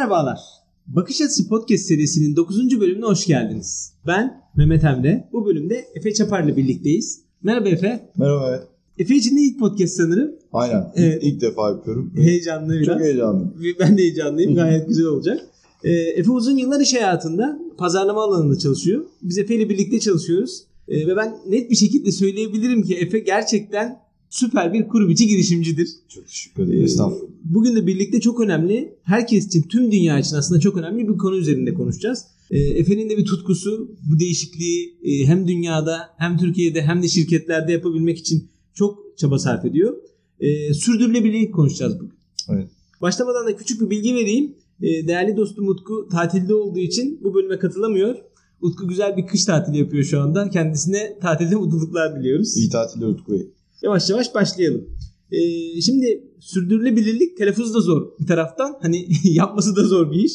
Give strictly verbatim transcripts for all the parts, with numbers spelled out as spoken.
Merhabalar. Bakış Açısı Podcast serisinin dokuzuncu bölümüne hoş geldiniz. Ben Mehmet Emre. Bu bölümde Efe Çapar'la birlikteyiz. Merhaba Efe. Merhaba. Efe için de ilk podcast sanırım. Aynen. Evet. İlk, ilk defa yapıyorum. Heyecanlı biraz. Çok heyecanlıyım. Ben de heyecanlıyım. Gayet güzel olacak. Ee, Efe uzun yıllar iş hayatında pazarlama alanında çalışıyor. Biz Efe ile birlikte çalışıyoruz. Ee, ve ben net bir şekilde söyleyebilirim ki Efe gerçekten süper bir kurum içi girişimcidir. Çok teşekkür ederim. Estağfurullah. Ee, bugün de birlikte çok önemli, herkes için, tüm dünya için aslında çok önemli bir konu üzerinde konuşacağız. Ee, Efe'nin de bir tutkusu, bu değişikliği e, hem dünyada hem Türkiye'de hem de şirketlerde yapabilmek için çok çaba sarf ediyor. Ee, sürdürülebilirlik konuşacağız bugün. Evet. Başlamadan da küçük bir bilgi vereyim. Ee, değerli dostum Utku tatilde olduğu için bu bölüme katılamıyor. Utku güzel bir kış tatili yapıyor şu anda. Kendisine tatilde mutluluklar diliyoruz. İyi tatiller Utku Bey. Yavaş yavaş başlayalım. Ee, şimdi sürdürülebilirlik telaffuzu da zor bir taraftan. Hani yapması da zor bir iş.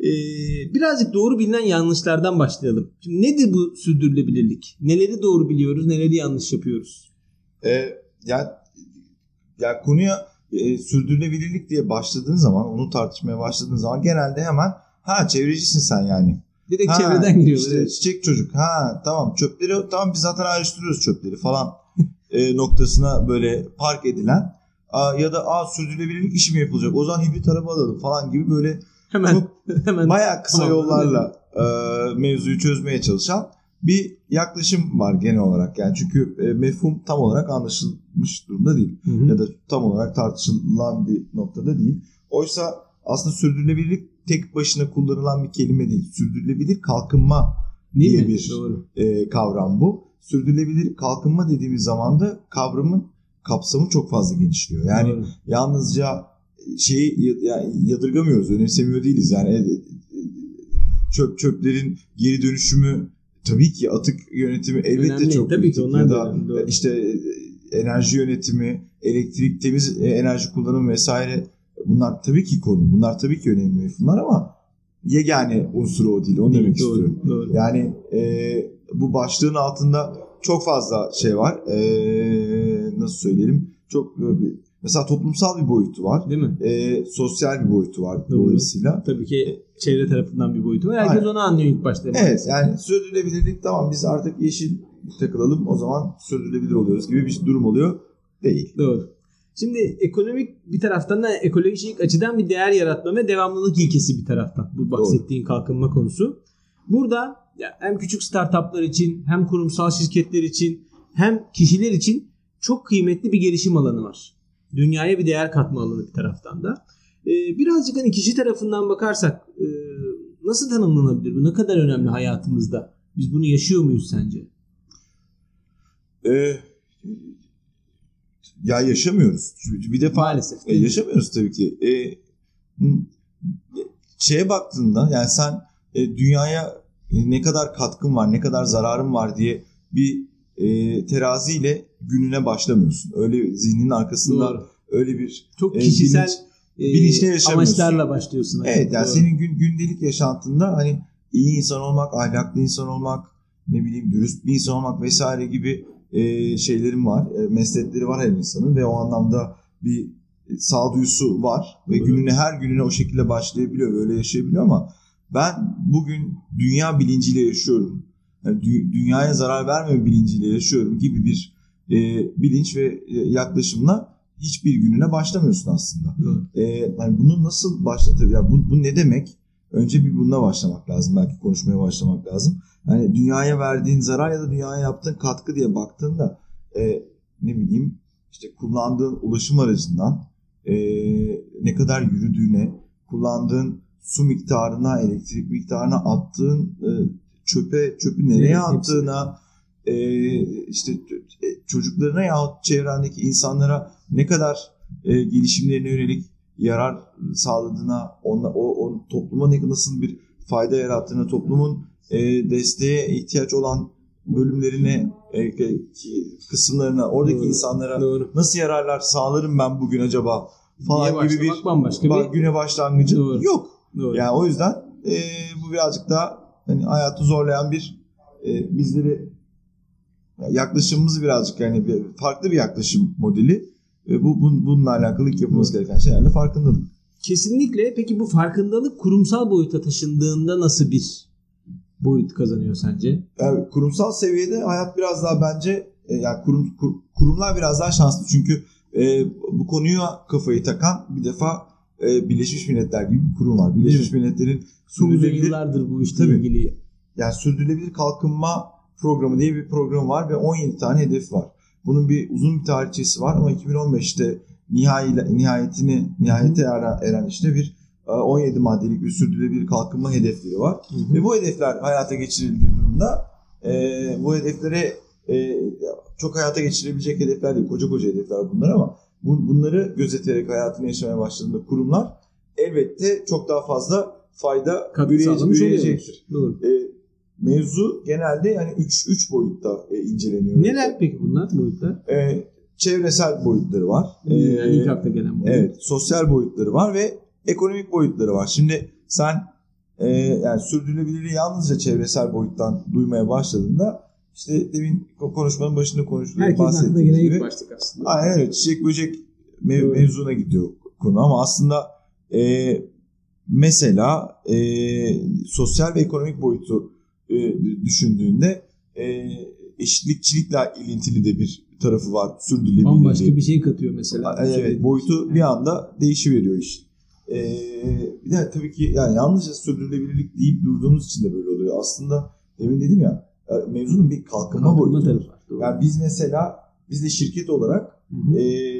Ee, birazcık doğru bilinen yanlışlardan başlayalım. Şimdi nedir bu sürdürülebilirlik? Neleri doğru biliyoruz, neleri yanlış yapıyoruz? Ee, yani, yani konuya e, sürdürülebilirlik diye başladığın zaman, onu tartışmaya başladığın zaman genelde hemen ha çevrecisin sen yani. Direkt ha, çevreden giriyorlar. İşte evet. Çiçek çocuk. Ha tamam çöpleri tamam biz zaten ayrıştırıyoruz çöpleri falan e, noktasına böyle park edilen a, ya da a sürdürülebilirlik işi mi yapılacak? O zaman hibrit araba alalım falan gibi böyle hemen, çok hemen bayağı kısa tamam, yollarla e, mevzuyu çözmeye çalışan bir yaklaşım var genel olarak. Yani çünkü e, mefhum tam olarak anlaşılmış durumda değil. Hı hı. Ya da tam olarak tartışılan bir noktada değil. Oysa aslında sürdürülebilirlik tek başına kullanılan bir kelime değil. Sürdürülebilir kalkınma değil diye mi? bir Doğru. E, kavram bu. Sürdürülebilir kalkınma dediğimiz zaman da kavramın kapsamı çok fazla genişliyor. Yani Doğru. yalnızca şeyi yani yadırgamıyoruz, önemsemiyor değiliz. Yani çöp çöplerin geri dönüşümü, tabii ki atık yönetimi elbette önemli. çok tabii kritik. ki onlar ya da da önemli. işte enerji yönetimi, elektrik, temiz enerji kullanımı vesaire, bunlar tabii ki konu. Bunlar tabii ki önemli mefhumlar ama yegane unsuru o değil. Onu Değil, demek doğru, istiyorum. Doğru. Yani e, bu başlığın altında çok fazla şey var. E, nasıl söyleyelim? Çok mesela toplumsal bir boyutu var. Değil mi? E, sosyal bir boyutu var Doğru. dolayısıyla. Tabii ki çevre tarafından bir boyutu var. Herkes Aynen. onu anlıyor ilk başta. Evet, yani sürdürülebilirlik tamam biz artık yeşil takılalım o zaman sürdürülebilir oluyoruz gibi bir durum oluyor. Değil. Doğru. Şimdi ekonomik bir taraftan da ekolojik açıdan bir değer yaratma ve devamlılık ilkesi bir taraftan. Bu bahsettiğin Doğru. kalkınma konusu. Burada hem küçük startuplar için hem kurumsal şirketler için hem kişiler için çok kıymetli bir gelişim alanı var. Dünyaya bir değer katma alanı bir taraftan da. Ee, birazcık hani kişi tarafından bakarsak e, nasıl tanımlanabilir bu? Ne kadar önemli hayatımızda? Biz bunu yaşıyor muyuz sence? Eee Ya yaşamıyoruz. Bir defa maalesef e, yaşamıyoruz tabii ki. E, şeye baktığında yani sen e, dünyaya e, ne kadar katkın var, ne kadar zararın var diye bir e, teraziyle gününe başlamıyorsun. Öyle zihninin arkasında Doğru. öyle bir çok kişisel e, bilinç, bilinçle yaşamıyorsun. Amaçlarla başlıyorsun. Evet yani Doğru. senin gün, gündelik yaşantında hani iyi insan olmak, ahlaklı insan olmak, ne bileyim dürüst bir insan olmak vesaire gibi E, şeylerim var, e, meslekleri var her insanın ve o anlamda bir e, sağduyusu var ve evet. gününe her gününe o şekilde başlayabiliyor, böyle yaşayabiliyor ama ben bugün dünya bilinciyle yaşıyorum, yani dü- dünyaya zarar vermeme bilinciyle yaşıyorum gibi bir e, bilinç ve e, yaklaşımla hiçbir gününe başlamıyorsun aslında. E, yani bunu nasıl başlatır? Yani bu, bu ne demek? Önce bir bununla başlamak lazım. Belki konuşmaya başlamak lazım. Yani dünyaya verdiğin zarar ya da dünyaya yaptığın katkı diye baktığında e, ne bileyim işte kullandığın ulaşım aracından e, ne kadar yürüdüğüne, kullandığın su miktarına, elektrik miktarına, attığın e, çöpe, çöpü nereye evet, attığına, e, işte e, çocuklarına yahut çevrendeki insanlara ne kadar e, gelişimlerine yönelik yarar sağladığına, onla, o, o topluma ne nasıl bir fayda yarattığına, toplumun e, desteğe ihtiyaç olan bölümlerine, e, kısımlarına, oradaki Doğru. insanlara Doğru. nasıl yararlar sağlarım ben bugün acaba falan gibi bir bambaşka bir güne başlangıcı Doğru. yok. Doğru. Yani o yüzden e, bu birazcık daha hani hayatı zorlayan bir e, bizleri yaklaşımımız birazcık yani bir, farklı bir yaklaşım modeli. E, bu bun, bununla alakalı yapılması gereken şeylerle farkındalık. Kesinlikle. Peki bu farkındalık kurumsal boyuta taşındığında nasıl bir boyut kazanıyor sence? Yani kurumsal seviyede hayat biraz daha bence e, yani kurum, kur, kurumlar biraz daha şanslı. Çünkü e, bu konuya kafayı takan bir defa e, Birleşmiş Milletler gibi bir kurum var. Birleşmiş Milletler'in Çok uzun sürdürülebilir, yıllardır bu işle tabii, ilgili. yani sürdürülebilir kalkınma programı diye bir program var ve on yedi tane hedef var. Bunun bir uzun bir tarihçesi var ama iki bin on beşte nihai, nihayetini nihayete eren, eren işte bir on yedi maddelik bir sürdürülebilir kalkınma hedefleri var. Hı hı. Ve bu hedefler hayata geçirildiği durumda e, bu hedeflere e, çok hayata geçirebilecek hedefler değil. Koca koca hedefler bunlar ama bu, bunları gözeterek hayatını yaşamaya başladığında kurumlar elbette çok daha fazla fayda üreyecektir. Doğru. E, mevzu genelde yani üç üç boyutta e, inceleniyor. Neler peki bunlar boyutlar? E, çevresel boyutları var. Yani e, ilk akla gelen boyut. Evet, sosyal boyutları var ve ekonomik boyutları var. Şimdi sen e, yani sürdürülebilirliği yalnızca çevresel boyuttan duymaya başladığında işte demin konuşmanın başında konuştuğumuz bahsettiğimiz gibi. Başlık aslında. Aynen öyle. Çiçek böcek mev- mevzuna gidiyor konu ama aslında e, mesela e, sosyal ve ekonomik boyutu e, düşündüğünde e, eşitlikçilikle ilintili de bir tarafı var sürdürülebilirliği. Bambaşka bir şey katıyor mesela. Evet, boyutu bir anda değişiveriyor iş. Ee, bir de tabii ki yani yalnızca sürdürülebilirlik deyip durduğumuz için de böyle oluyor. Aslında demin dedim ya mevzunun bir kalkınma, kalkınma boyutu var. Yani biz mesela biz de şirket olarak e,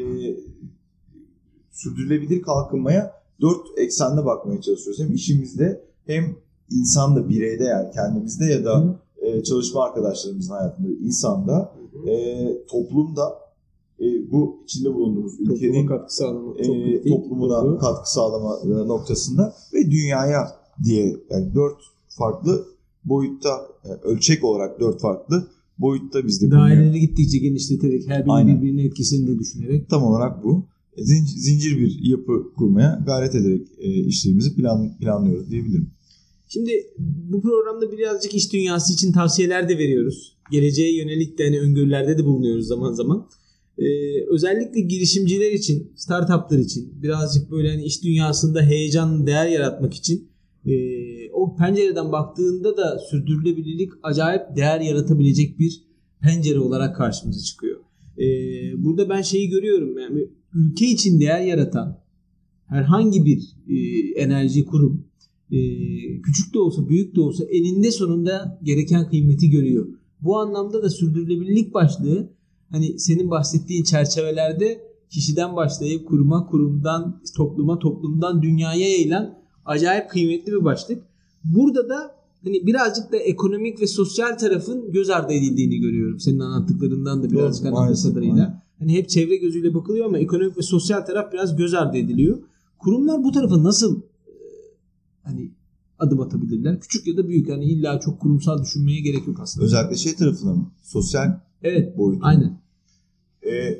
sürdürülebilir kalkınmaya dört eksende bakmaya çalışıyoruz. Hem işimizde hem insanda, bireyde yani kendimizde ya da e, çalışma arkadaşlarımızın hayatında, insanda, e, toplumda, E, bu içinde bulunduğumuz ülkenin topluma katkı sağlama, e, toplumuna doğru. katkı sağlama noktasında ve dünyaya diye yani dört farklı boyutta yani ölçek olarak dört farklı boyutta bizde daireleri gittikçe genişleterek her birinin birbirinin etkisini de düşünerek tam olarak bu zincir, zincir bir yapı kurmaya gayret ederek e, işlerimizi plan, planlıyoruz diyebilirim. Şimdi bu programda birazcık iş dünyası için tavsiyeler de veriyoruz. Geleceğe yönelik de hani öngörülerde de bulunuyoruz zaman zaman. Ee, özellikle girişimciler için, startuplar için birazcık böyle hani iş dünyasında heyecan, değer yaratmak için e, o pencereden baktığında da sürdürülebilirlik acayip değer yaratabilecek bir pencere olarak karşımıza çıkıyor. Ee, burada ben şeyi görüyorum yani ülke için değer yaratan herhangi bir e, enerji kurum e, küçük de olsa büyük de olsa eninde sonunda gereken kıymeti görüyor. Bu anlamda da sürdürülebilirlik başlığı hani senin bahsettiğin çerçevelerde kişiden başlayıp kuruma, kurumdan topluma, toplumdan dünyaya yayılan acayip kıymetli bir başlık. Burada da hani birazcık da ekonomik ve sosyal tarafın göz ardı edildiğini görüyorum. Senin anlattıklarından da birazcık anladığım kadarıyla. Hani hep çevre gözüyle bakılıyor ama ekonomik ve sosyal taraf biraz göz ardı ediliyor. Kurumlar bu tarafa nasıl hani adım atabilirler? Küçük ya da büyük. Yani illa çok kurumsal düşünmeye gerek yok aslında. Özellikle şey tarafına mı? Sosyal evet, boyutu. Aynen. Ee,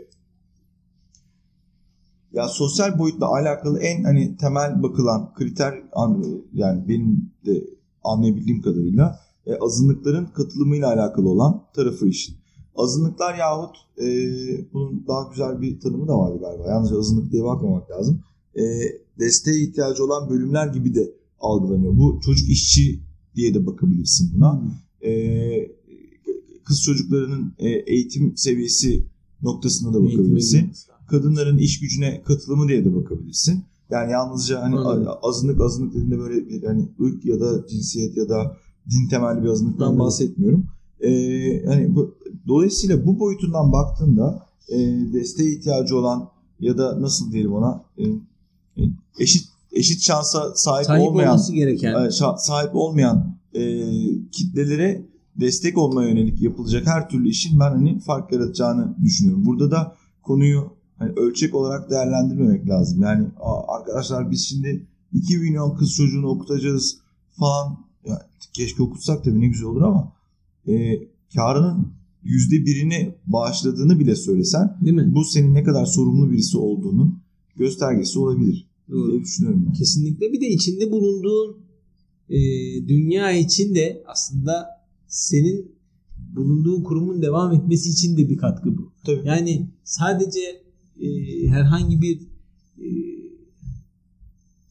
ya sosyal boyutla alakalı en hani temel bakılan kriter yani benim de anlayabildiğim kadarıyla e, azınlıkların katılımıyla alakalı olan tarafı işin. Azınlıklar yahut e, bunun daha güzel bir tanımı da vardı galiba. Yalnızca azınlık diye bakmamak lazım. E, desteğe ihtiyacı olan bölümler gibi de algılanıyor. Bu çocuk işçi diye de bakabilirsin buna. Hmm. E, kız çocuklarının e, eğitim seviyesi noktasına da bakabilirsin. Kadınların iş gücüne katılımı diye de bakabilirsin. Yani yalnızca hani Anladım. azınlık azınlık dediğinde böyle bir hani ırk ya da cinsiyet ya da din temelli bir azınlıktan Anladım. bahsetmiyorum. Ee, hani bu, dolayısıyla bu boyutundan baktığında e, desteğe ihtiyacı olan ya da nasıl diyelim ona e, eşit eşit şansa sahip, sahip olmayan gereken. E, sahip olmayan e, kitlelere destek olmaya yönelik yapılacak her türlü işin ben hani fark yaratacağını düşünüyorum. Burada da konuyu hani ölçek olarak değerlendirmemek lazım. Yani arkadaşlar biz şimdi iki milyon kız çocuğunu okutacağız falan. Ya, keşke okutsak tabii ne güzel olur ama e, karının yüzde birini bağışladığını bile söylesen değil mi? Bu senin ne kadar sorumlu birisi olduğunun göstergesi olabilir Doğru. diye düşünüyorum ben. Kesinlikle. Bir de içinde bulunduğun e, dünya için de aslında senin bulunduğun kurumun devam etmesi için de bir katkı bu. Tabii. Yani sadece e, herhangi bir e,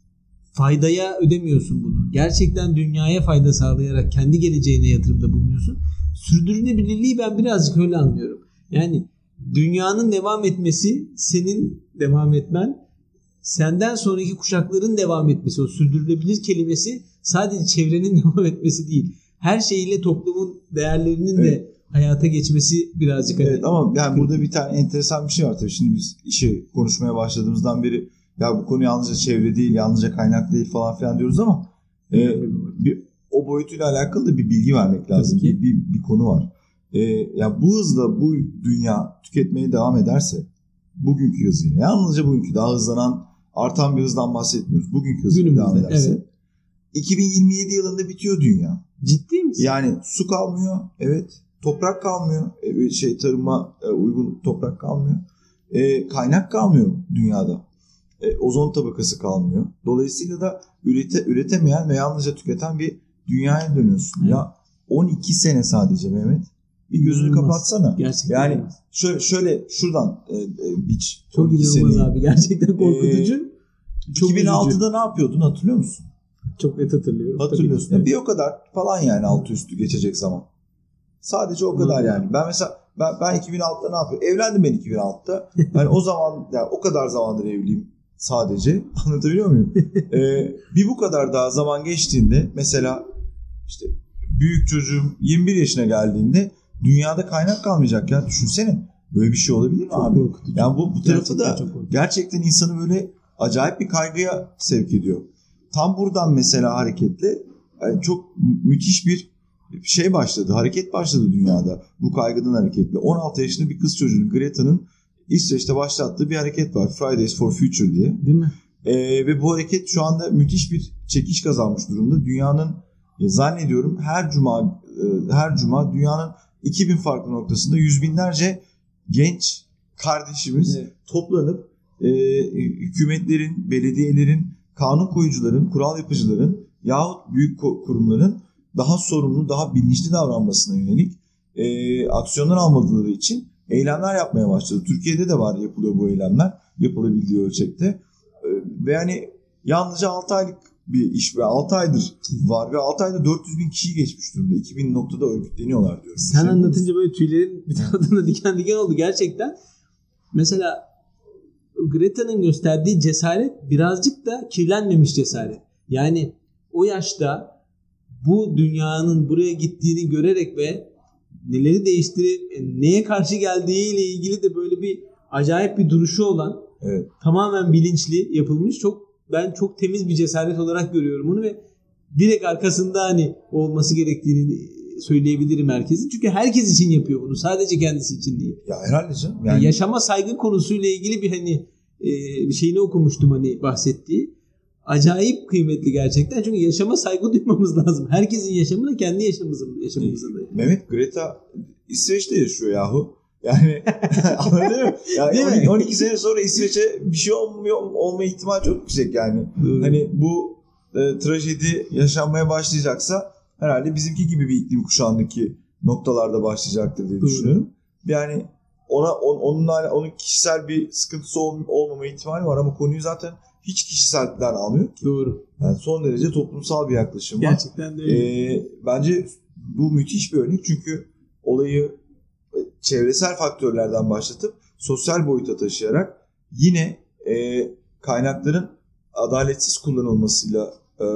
faydaya ödemiyorsun bunu. Gerçekten dünyaya fayda sağlayarak kendi geleceğine yatırımda bulunuyorsun. Sürdürülebilirliği ben birazcık öyle anlıyorum. Yani dünyanın devam etmesi, senin devam etmen, senden sonraki kuşakların devam etmesi. O sürdürülebilir kelimesi sadece çevrenin devam etmesi değil. Her şeyiyle toplumun değerlerinin evet. de hayata geçmesi birazcık. Evet hani, ama yani burada bir tane enteresan bir şey var tabii. Şimdi biz işi konuşmaya başladığımızdan beri ya bu konu yalnızca çevre değil, yalnızca kaynak değil falan filan diyoruz ama e, bir, o boyutuyla alakalı da bir bilgi vermek lazım. Bir, bir, bir konu var. E, ya bu hızla bu dünya tüketmeye devam ederse, bugünkü hızıyla, yalnızca bugünkü daha hızlanan, artan bir hızdan bahsetmiyoruz. Bugünkü hızıyla Günümüzde, devam ederse evet. iki bin yirmi yedi yılında bitiyor dünya. Ciddi misin? Yani su kalmıyor, evet. Toprak kalmıyor, e, şey tarıma e, uygun toprak kalmıyor. E, kaynak kalmıyor dünyada. E, ozon tabakası kalmıyor. Dolayısıyla da ürete, üretemeyen ve yalnızca tüketen bir dünyaya dönüyorsun. Evet. Ya on iki sene sadece Mehmet. Bir gözünü İnanılmaz. Kapatsana. Gerçekten yani inanılmaz. şöyle, şöyle şuradan e, e, biç. Çok inanılmaz abi. Gerçekten korkutucu. E, Çok iki bin altıda üzücü. ne yapıyordun hatırlıyor musun? Çok net hatırlıyorum. Hatırlıyorsun. Tabii ki. Bir o kadar falan yani altı üstü geçecek zaman. Sadece o kadar Hı. yani. Ben mesela ben, ben iki bin altıda ne yapıyorum? Evlendim ben iki bin altıda. Yani o zaman yani o kadar zamandır evliyim sadece. Anlatabiliyor muyum? ee, bir bu kadar daha zaman geçtiğinde mesela işte büyük çocuğum yirmi bir yaşına geldiğinde dünyada kaynak kalmayacak ya. Düşünsene. Böyle bir şey olabilir mi Çok abi? korkutucu. Yani bu, bu tarafı Gerçekten da gerçekten insanı böyle acayip bir kaygıya sevk ediyor. Tam buradan mesela hareketle yani çok mü- müthiş bir şey başladı, hareket başladı dünyada bu kaygıdan hareketle. on altı yaşında bir kız çocuğunun, Greta'nın İsveç'te başlattığı bir hareket var. Fridays for Future diye. Değil mi? Ee, ve bu hareket şu anda müthiş bir çekiş kazanmış durumda. Dünyanın e, zannediyorum her cuma e, her cuma dünyanın iki bin farklı noktasında yüz binlerce genç kardeşimiz Evet. toplanıp e, hükümetlerin, belediyelerin, kanun koyucuların, kural yapıcıların yahut büyük kurumların daha sorumlu, daha bilinçli davranmasına yönelik e, aksiyonlar almaları için eylemler yapmaya başladı. Türkiye'de de var, yapılıyor bu eylemler. Yapılabildiği ölçekte. E, ve yani yalnızca altı aylık bir iş ve altı aydır var ve altı ayda dört yüz bin kişiyi geçmiş durumda. iki bin noktada örgütleniyorlar diyorum. Sen Şey anlatınca böyle tüylerin bir taraftan diken diken oldu gerçekten. Mesela Greta'nın gösterdiği cesaret birazcık da kirlenmemiş cesaret. Yani o yaşta bu dünyanın buraya gittiğini görerek ve neleri değiştirip neye karşı geldiğiyle ilgili de böyle bir acayip bir duruşu olan, evet. tamamen bilinçli yapılmış, çok ben çok temiz bir cesaret olarak görüyorum onu ve direkt arkasında hani olması gerektiğini söyleyebilirim herkesin. Çünkü herkes için yapıyor bunu. Sadece kendisi için değil. Ya herhalde canım. Yani yaşama saygı konusuyla ilgili bir hani e, bir şeyini okumuştum hani bahsettiği. Acayip kıymetli gerçekten. Çünkü yaşama saygı duymamız lazım. Herkesin yaşamı da kendi yaşamımızın yaşamımıza da. Mehmet, Greta İsveç'te yaşıyor yahu. Yani anladın mı? Yani on iki, on iki sene sonra İsveç'e bir şey olmuyor olma ihtimali çok yüksek yani. Evet. Hani bu e, trajedi yaşanmaya başlayacaksa herhalde bizimki gibi bir iklim kuşağındaki noktalarda başlayacaktır diye düşünüyorum. Yani ona on, onunla onun kişisel bir sıkıntısı ol, olmama ihtimali var ama konuyu zaten hiç kişiselden almıyor ki. Doğru. Yani son derece toplumsal bir yaklaşım var. Gerçekten de öyle. Ee, bence bu müthiş bir örnek çünkü olayı çevresel faktörlerden başlatıp sosyal boyuta taşıyarak yine e, kaynakların adaletsiz kullanılmasıyla e,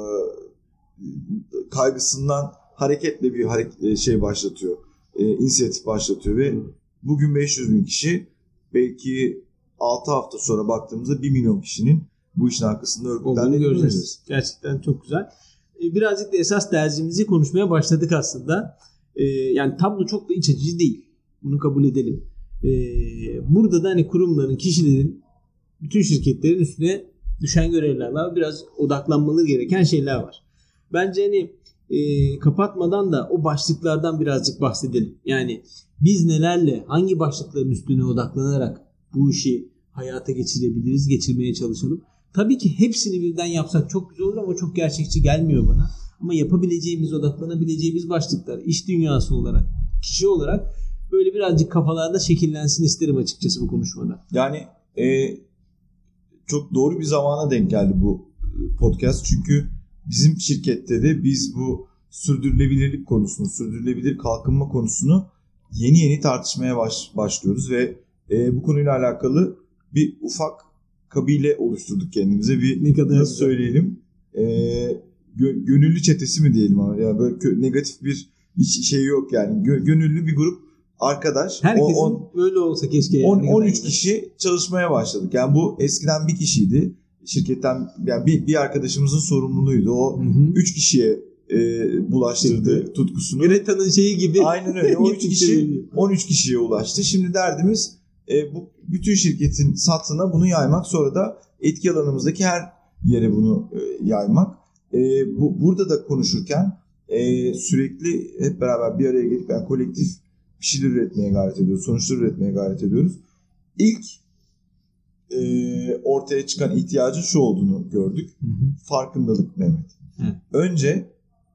kaygısından hareketle bir hareket, şey başlatıyor. E, inisiyatif başlatıyor ve hmm. bugün beş yüz bin kişi, belki altı hafta sonra baktığımızda bir milyon kişinin bu işin arkasında örgütlendiğini göreceğiz. Gerçekten çok güzel. Birazcık da esas dersimizi konuşmaya başladık aslında. Ee, yani tablo çok da iç açıcı değil. Bunu kabul edelim. Ee, burada da hani kurumların, kişilerin, bütün şirketlerin üstüne düşen görevler var. Biraz odaklanmaları gereken şeyler var. Bence hani e, kapatmadan da o başlıklardan birazcık bahsedelim. Yani biz nelerle, hangi başlıkların üstüne odaklanarak bu işi hayata geçirebiliriz, geçirmeye çalışalım. Tabii ki hepsini birden yapsak çok güzel olur ama çok gerçekçi gelmiyor bana. Ama yapabileceğimiz, odaklanabileceğimiz başlıklar, iş dünyası olarak, kişi olarak böyle birazcık kafalarda şekillensin isterim açıkçası bu konuşmada. Yani e, çok doğru bir zamana denk geldi bu podcast çünkü bizim şirkette de biz bu sürdürülebilirlik konusunu, sürdürülebilir kalkınma konusunu yeni yeni tartışmaya baş, başlıyoruz ve e, bu konuyla alakalı bir ufak kabile oluşturduk kendimize. Bir ne kadar nasıl söyleyelim? E, gö- gönüllü çetesi mi diyelim ama yani böyle kö- negatif bir hiç şey yok yani. Gö- gönüllü bir grup arkadaş. Herkesin on, on, böyle olsa keşke. on on üç kişi çalışmaya başladık. Yani bu eskiden bir kişiydi. Şirketten yani bir, bir arkadaşımızın sorumluluğuydu. O hı hı. üç kişiye e, bulaştırdı Çıktı. tutkusunu. Greta'nın şeyi gibi. Aynen öyle. on üç kişi on üç kişiye ulaştı. Şimdi derdimiz e, bu bütün şirketin satına bunu yaymak, sonra da etki alanımızdaki her yere bunu e, yaymak. E, bu burada da konuşurken e, sürekli hep beraber bir araya gelip yani kolektif bir şeyler üretmeye gayret ediyoruz. Sonuçlar üretmeye gayret ediyoruz. İlk e, ortaya çıkan ihtiyacın şu olduğunu gördük. Hı hı. Farkındalık Mehmet. Hı. Önce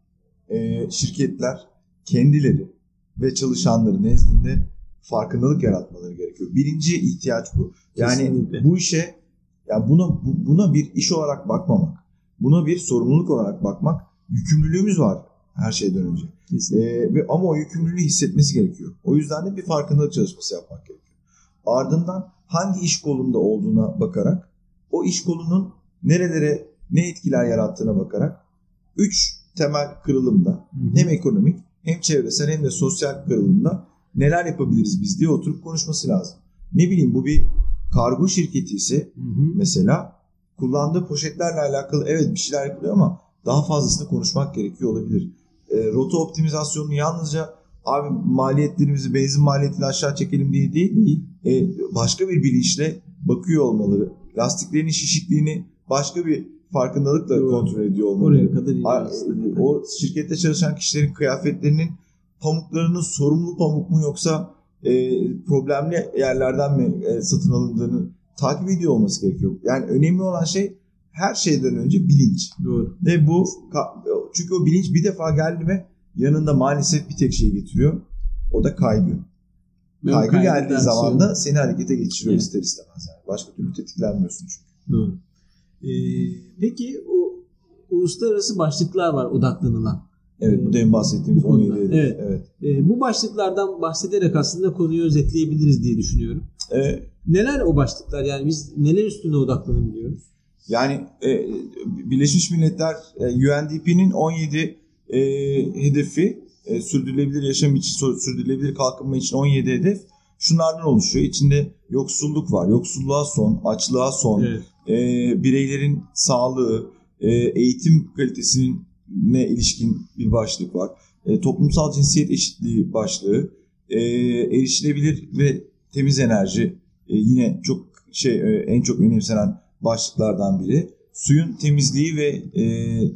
e, şirketler kendileri ve çalışanları nezdinde farkındalık yaratmaları gerekiyor. Birinci ihtiyaç bu. Yani kesinlikle. Bu işe yani buna bu, buna bir iş olarak bakmamak, buna bir sorumluluk olarak bakmak, yükümlülüğümüz var her şeyden önce. Ee, ve ama o yükümlülüğü hissetmesi gerekiyor. O yüzden de bir farkındalık çalışması yapmak gerekiyor. Ardından hangi iş kolunda olduğuna bakarak, o iş kolunun nerelere ne etkiler yarattığına bakarak üç temel kırılımda hı hı. hem ekonomik hem çevresel hem de sosyal kırılımda neler yapabiliriz biz diye oturup konuşması lazım. Ne bileyim bu bir kargo şirketi ise hı hı. mesela kullandığı poşetlerle alakalı evet bir şeyler yapılıyor ama daha fazlasını konuşmak gerekiyor olabilir. E, rota optimizasyonunu yalnızca abi maliyetlerimizi benzin maliyetini aşağı çekelim diye değil, e, başka bir bilinçle bakıyor olmaları. Lastiklerin şişikliğini başka bir farkındalıkla Doğru. kontrol ediyor olmaları. Oraya kadar A, o şirkette çalışan kişilerin kıyafetlerinin pamuklarının sorumlu pamuk mu yoksa e, problemli yerlerden mi e, satın alındığını takip ediyor olması gerekiyor. Yani önemli olan şey her şeyden önce bilinç. Doğru. Ve bu çünkü o bilinç bir defa geldi mi yanında maalesef bir tek şey getiriyor. O da kaygı. Ve kaygı geldiği zaman da seni harekete geçiriyor evet. ister istemez. Yani. Başka türlü tetiklenmiyorsun çünkü. Doğru. Ee, peki o uluslararası başlıklar var odaklanılan. Evet bu demin bahsettiğimiz on yedi hedef. Evet. evet. Ee, bu başlıklardan bahsederek aslında konuyu özetleyebiliriz diye düşünüyorum. Evet. Neler o başlıklar? Yani biz neler üstünde odaklanabiliyoruz? Yani e, Birleşmiş Milletler e, U N D P'nin on yedi e, hedefi e, sürdürülebilir yaşam için, sürdürülebilir kalkınma için on yedi hedef şunlardan oluşuyor. İçinde yoksulluk var. Yoksulluğa son, açlığa son, evet. e, bireylerin sağlığı, e, eğitim kalitesine ilişkin bir başlık var. E, toplumsal cinsiyet eşitliği başlığı, e, erişilebilir ve temiz enerji e, yine çok şey e, en çok önemsenen başlıklardan biri. Suyun temizliği ve e, e,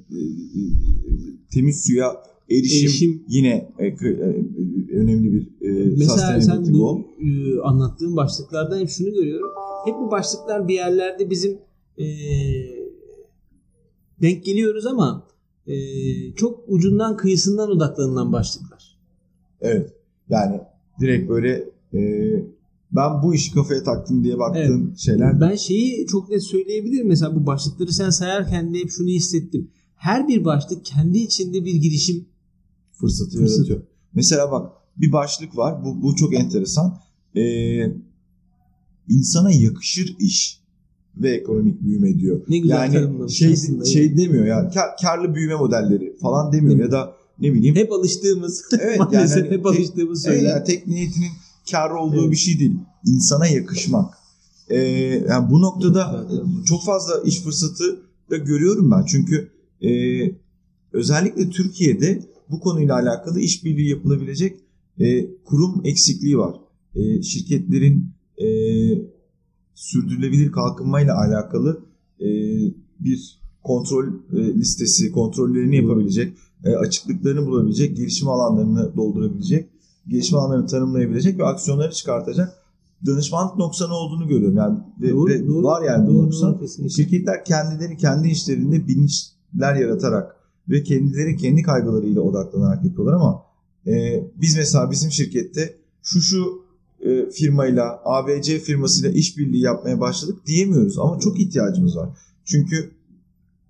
temiz suya erişim, erişim. yine e, e, önemli bir e, mesela sen bu e, anlattığın başlıklardan hep şunu görüyorum. Hep bu başlıklar bir yerlerde bizim e, denk geliyoruz ama e, çok ucundan kıyısından odaklanılan başlıklar. Evet. Yani direkt böyle e, ben bu işi kafaya taktım diye baktığım evet. şeyler. Ben şeyi çok net söyleyebilirim. Mesela bu başlıkları sen sayarken de hep şunu hissettim. Her bir başlık kendi içinde bir girişim fırsatı, fırsatı. yaratıyor. Mesela bak bir başlık var. Bu, bu çok enteresan. Ee, insana yakışır iş ve ekonomik büyüme diyor. Ne güzel yani şey, şey demiyor ya kar, karlı büyüme modelleri falan demiyor ya da ne bileyim. Hep alıştığımız. Evet maalesef yani hep alıştığımız tek, şeyler. Yani tek niyetinin kar olduğu evet. bir şey değil. İnsana yakışmak. Ee, yani bu noktada evet. çok fazla iş fırsatı da görüyorum ben. Çünkü e, özellikle Türkiye'de bu konuyla alakalı işbirliği yapılabilecek e, kurum eksikliği var. E, şirketlerin e, sürdürülebilir kalkınmayla alakalı e, bir kontrol e, listesi, kontrollerini yapabilecek, e, açıklıklarını bulabilecek, gelişim alanlarını doldurabilecek, gelişim alanlarını tanımlayabilecek ve aksiyonları çıkartacak danışmanlık noksanı olduğunu görüyorum. Yani ve, doğru, ve doğru, var yani bu noksan. Şirketler kendileri kendi işlerinde bilinçler yaratarak ve kendileri kendi kaygılarıyla odaklanarak yapıyorlar ama e, biz mesela bizim şirkette şu şu e, firmayla A B C firmasıyla işbirliği yapmaya başladık diyemiyoruz ama çok ihtiyacımız var. Çünkü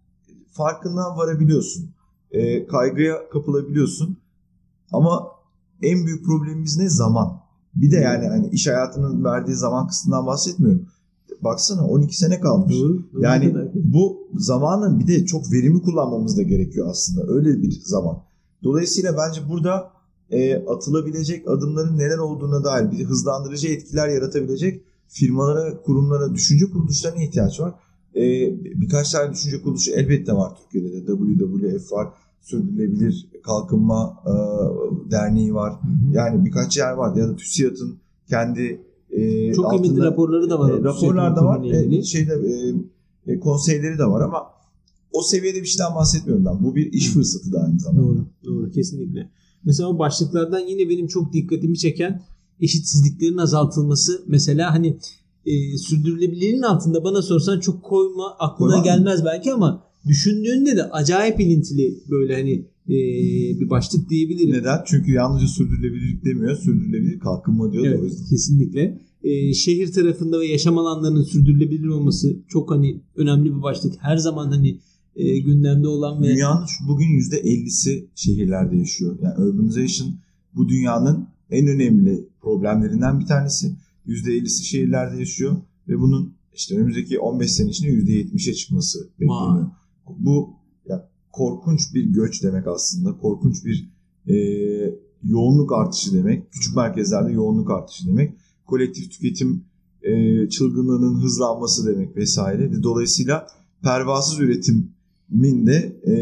farkına varabiliyorsun. E, kaygıya kapılabiliyorsun. Ama en büyük problemimiz ne? Zaman. Bir de yani hani iş hayatının verdiği zaman kısmından bahsetmiyorum. Baksana on iki sene kalmış. Doğru, doğru yani kadar. bu zamanın bir de çok verimli kullanmamız da gerekiyor aslında. Öyle bir zaman. Dolayısıyla bence burada e, atılabilecek adımların neler olduğuna dair bir hızlandırıcı etkiler yaratabilecek firmalara, kurumlara, düşünce kuruluşlarına ihtiyaç var. E, birkaç tane düşünce kuruluşu elbette var Türkiye'de de. W W F var. Sürdürülebilir Kalkınma e, Derneği var. Hı hı. Yani birkaç yer var. Ya da TÜSİAD'ın kendi e, çok kıymetli altında, raporları da var. E, raporlar da var. E, şeyde e, e, konseyleri de var ama o seviyede bir şeyden bahsetmiyorum ben. Bu bir iş fırsatı da aynı zamanda. Doğru, doğru kesinlikle. Mesela o başlıklardan yine benim çok dikkatimi çeken eşitsizliklerin azaltılması. Mesela hani e, sürdürülebilirliğin altında bana sorsan çok koyma aklına Koymam gelmez mı? Belki ama düşündüğünde de acayip ilintili böyle hani e, bir başlık diyebilirim. Neden? Çünkü yalnızca sürdürülebilirlik demiyor, sürdürülebilir kalkınma diyor. Evet, da o yüzden. Kesinlikle. E, şehir tarafında ve yaşam alanlarının sürdürülebilir olması çok hani önemli bir başlık. Her zaman hani e, gündemde olan ve dünyanın bugün yüzde ellisi şehirlerde yaşıyor. Yani urbanization bu dünyanın en önemli problemlerinden bir tanesi. yüzde ellisi şehirlerde yaşıyor ve bunun işte önümüzdeki on beş sene içinde yüzde yetmişe çıkması bekleniyor. Aa. Bu ya korkunç bir göç demek aslında. Korkunç bir e, yoğunluk artışı demek. Küçük merkezlerde yoğunluk artışı demek. Kolektif tüketim e, çılgınlığının hızlanması demek vesaire. Ve dolayısıyla pervasız üretimin de e,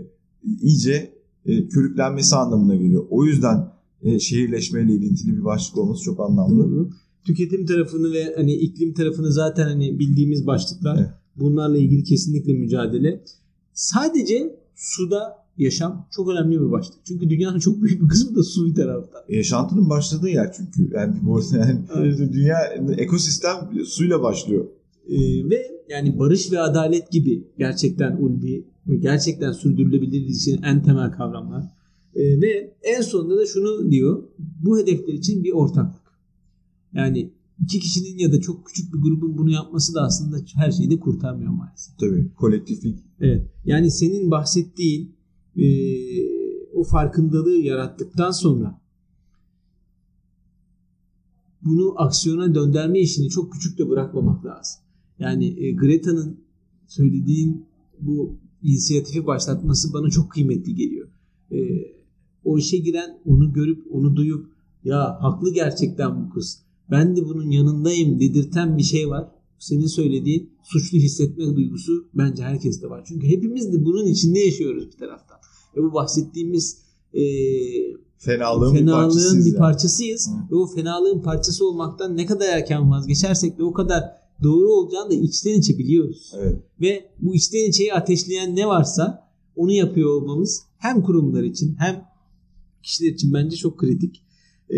iyice e, körüklenmesi anlamına geliyor. O yüzden e, şehirleşmeyle ilintili bir başlık olması çok anlamlı. Doğru. Tüketim tarafını ve hani iklim tarafını zaten hani bildiğimiz başlıklar. Evet. Bunlarla ilgili kesinlikle mücadele. Sadece suda yaşam çok önemli bir başlık. Çünkü dünyanın çok büyük bir kısmı da su bir tarafta. Yaşantının başladığı yer çünkü. Yani bu yani dünya ekosistem suyla başlıyor. Ee, ve yani barış ve adalet gibi gerçekten ulvi ve gerçekten sürdürülebilirlik için en temel kavramlar. Ee, ve en sonunda da şunu diyor. Bu hedefler için bir ortaklık. Yani iki kişinin ya da çok küçük bir grubun bunu yapması da aslında her şeyi de kurtarmıyor maalesef. Tabii. Kolektiflik. Evet. Yani senin bahsettiğin e, o farkındalığı yarattıktan sonra bunu aksiyona döndürme işini çok küçük de bırakmamak lazım. Yani e, Greta'nın söylediğin bu inisiyatifi başlatması bana çok kıymetli geliyor. E, o işe giren, onu görüp, onu duyup ya haklı gerçekten bu kız, ben de bunun yanındayım dedirten bir şey var. Senin söylediğin suçlu hissetme duygusu bence herkeste var. Çünkü hepimiz de bunun içinde yaşıyoruz bir taraftan. Ve bu bahsettiğimiz e, fenalığın, fenalığın bir parçasıyız. Bir parçasıyız. Yani. Ve o fenalığın parçası olmaktan ne kadar erken vazgeçersek de o kadar doğru olacağını da içten içe biliyoruz. Evet. Ve bu içten içeyi ateşleyen ne varsa onu yapıyor olmamız hem kurumlar için hem kişiler için bence çok kritik. Ee,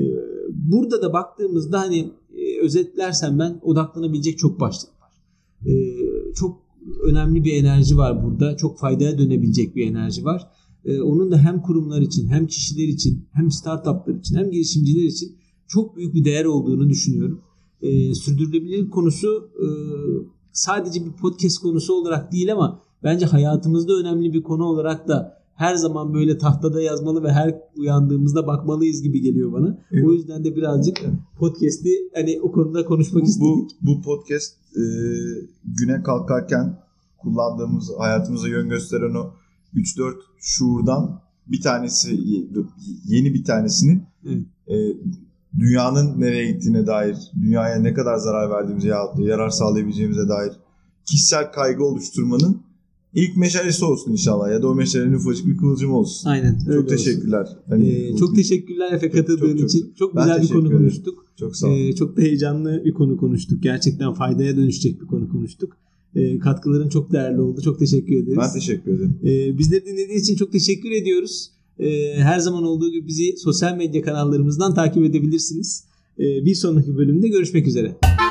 burada da baktığımızda hani e, özetlersem ben odaklanabilecek çok başlık var. Ee, çok önemli bir enerji var burada. Çok faydaya dönebilecek bir enerji var. Ee, onun da hem kurumlar için hem kişiler için hem startuplar için hem girişimciler için çok büyük bir değer olduğunu düşünüyorum. Ee, sürdürülebilirlik konusu e, sadece bir podcast konusu olarak değil ama bence hayatımızda önemli bir konu olarak da her zaman böyle tahtada yazmalı ve her uyandığımızda bakmalıyız gibi geliyor bana. Evet. O yüzden de birazcık podcast'i hani o konuda konuşmak bu, istedik. Bu, bu podcast e, güne kalkarken kullandığımız, hayatımıza yön gösteren o üç dört şuurdan bir tanesi, yeni bir tanesinin evet. e, dünyanın nereye gittiğine dair, dünyaya ne kadar zarar verdiğimize ya yarar sağlayabileceğimize dair kişisel kaygı oluşturmanın İlk meşalesi olsun inşallah ya da o meşalenin ufacık bir kıvılcım olsun. Aynen. Çok teşekkürler. Hani ee, çok teşekkürler Efe katıldığın çok, için. Çok, çok güzel bir konu ederim. konuştuk. Çok sağ ol. Ee, çok da heyecanlı bir konu konuştuk. Gerçekten faydaya dönüşecek bir konu konuştuk. Ee, katkıların çok değerli oldu. Çok teşekkür ederiz. Ben teşekkür ederim. Ee, bizleri dinlediğiniz için çok teşekkür ediyoruz. Ee, her zaman olduğu gibi bizi sosyal medya kanallarımızdan takip edebilirsiniz. Ee, bir sonraki bölümde görüşmek üzere.